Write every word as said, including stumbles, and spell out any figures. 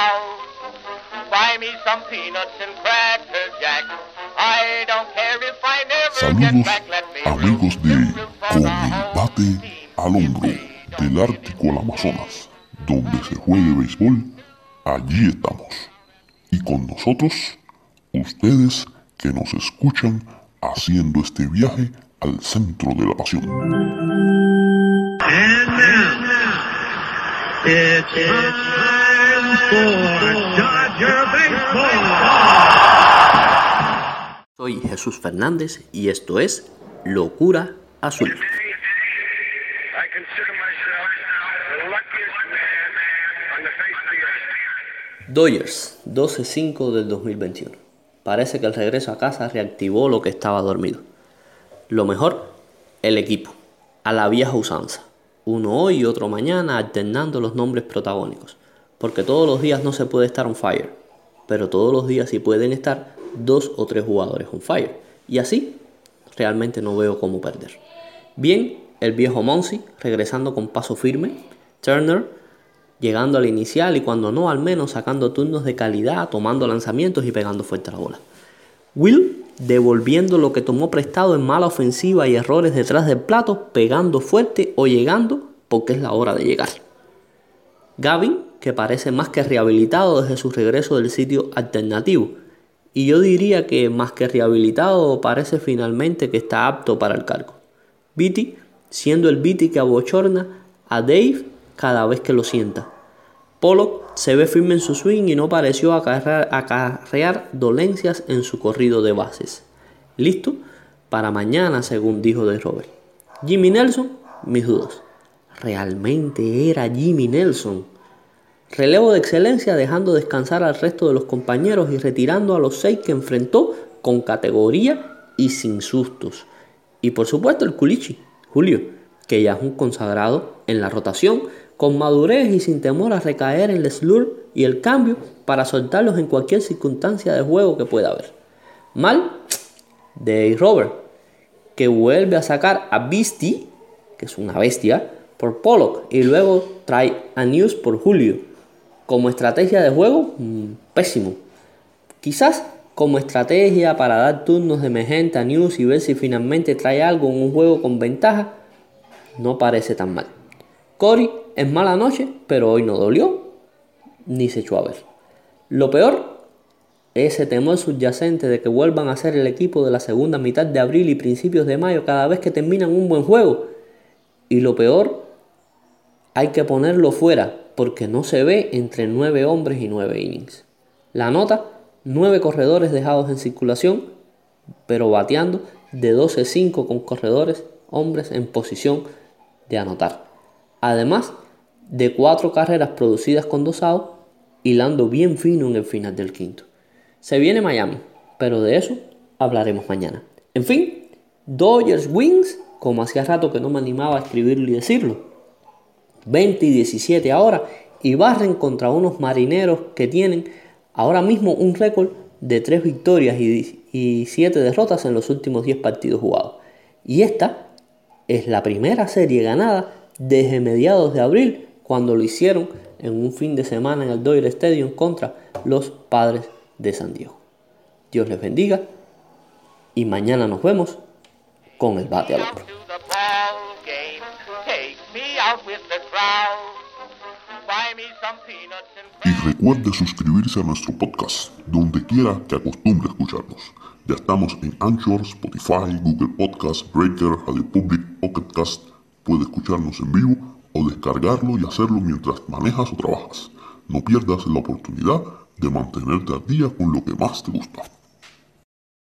pals. Buy me some peanuts and cracker jack. I don't care if I never get back. Let me Amigos de Con el Bate al Hombro, del Ártico al Amazonas, donde se juegue béisbol, allí estamos. Y con nosotros, ustedes que nos escuchan haciendo este viaje al centro de la pasión. And now, it's time for Dodger Baseball. Soy Jesús Fernández y esto es Locura Azul. I consider myself the luckiest man on the face of the earth. Dodgers, doce cinco del dos mil veintiuno. Parece que el regreso a casa reactivó lo que estaba dormido. Lo mejor, el equipo, a la vieja usanza. Uno hoy y otro mañana alternando los nombres protagónicos. Porque todos los días no se puede estar on fire. Pero todos los días sí pueden estar dos o tres jugadores on fire. Y así, realmente no veo cómo perder. Bien, el viejo Muncy regresando con paso firme. Turner llegando al inicial y cuando no, al menos sacando turnos de calidad, tomando lanzamientos y pegando fuerte a la bola. Will devolviendo lo que tomó prestado en mala ofensiva y errores detrás del plato, pegando fuerte o llegando porque es la hora de llegar. Gavin, que parece más que rehabilitado desde su regreso del sitio alternativo. Y yo diría que más que rehabilitado parece finalmente que está apto para el cargo. Beatty siendo el Beatty que abochorna a Dave cada vez que lo sienta. Pollock se ve firme en su swing y no pareció acarrear, acarrear dolencias en su corrido de bases. Listo para mañana, según dijo Dave Roberts. Jimmy Nelson, mis dudas. Realmente era Jimmy Nelson. Relevo de excelencia dejando descansar al resto de los compañeros y retirando a los seis que enfrentó con categoría y sin sustos. Y por supuesto el Culichi, Julio, que ya es un consagrado en la rotación, con madurez y sin temor a recaer en el slurp y el cambio para soltarlos en cualquier circunstancia de juego que pueda haber. Mal de Robert, que vuelve a sacar a Beastie, que es una bestia, por Pollock y luego trae a News por Julio. Como estrategia de juego, mmm, pésimo. Quizás como estrategia para dar turnos de emergente a News y ver si finalmente trae algo en un juego con ventaja, no parece tan mal. Corey es mala noche, pero hoy no dolió, ni se echó a ver. Lo peor, ese temor subyacente de que vuelvan a ser el equipo de la segunda mitad de abril y principios de mayo cada vez que terminan un buen juego. Y lo peor, hay que ponerlo fuera, porque no se ve entre nueve hombres y nueve innings. La nota, nueve corredores dejados en circulación, pero bateando de doce cinco con corredores, hombres en posición de anotar. Además de cuatro carreras producidas con dos outs, hilando bien fino en el final del quinto. Se viene Miami, pero de eso hablaremos mañana. En fin, Dodgers Wings, como hacía rato que no me animaba a escribirlo y decirlo. veinte y diecisiete ahora y barren contra unos marineros que tienen ahora mismo un récord de tres victorias y siete derrotas en los últimos diez partidos jugados. Y esta es la primera serie ganada desde mediados de abril, cuando lo hicieron en un fin de semana en el Dodger Stadium contra los Padres de San Diego. Dios les bendiga y mañana nos vemos con el bate al hombro. Y recuerde suscribirse a nuestro podcast, donde quiera que acostumbre a escucharnos. Ya estamos en Anchor, Spotify, Google Podcast, Breaker, Radio Public, Pocket Cast. Puede escucharnos en vivo o descargarlo y hacerlo mientras manejas o trabajas. No pierdas la oportunidad de mantenerte al día con lo que más te gusta.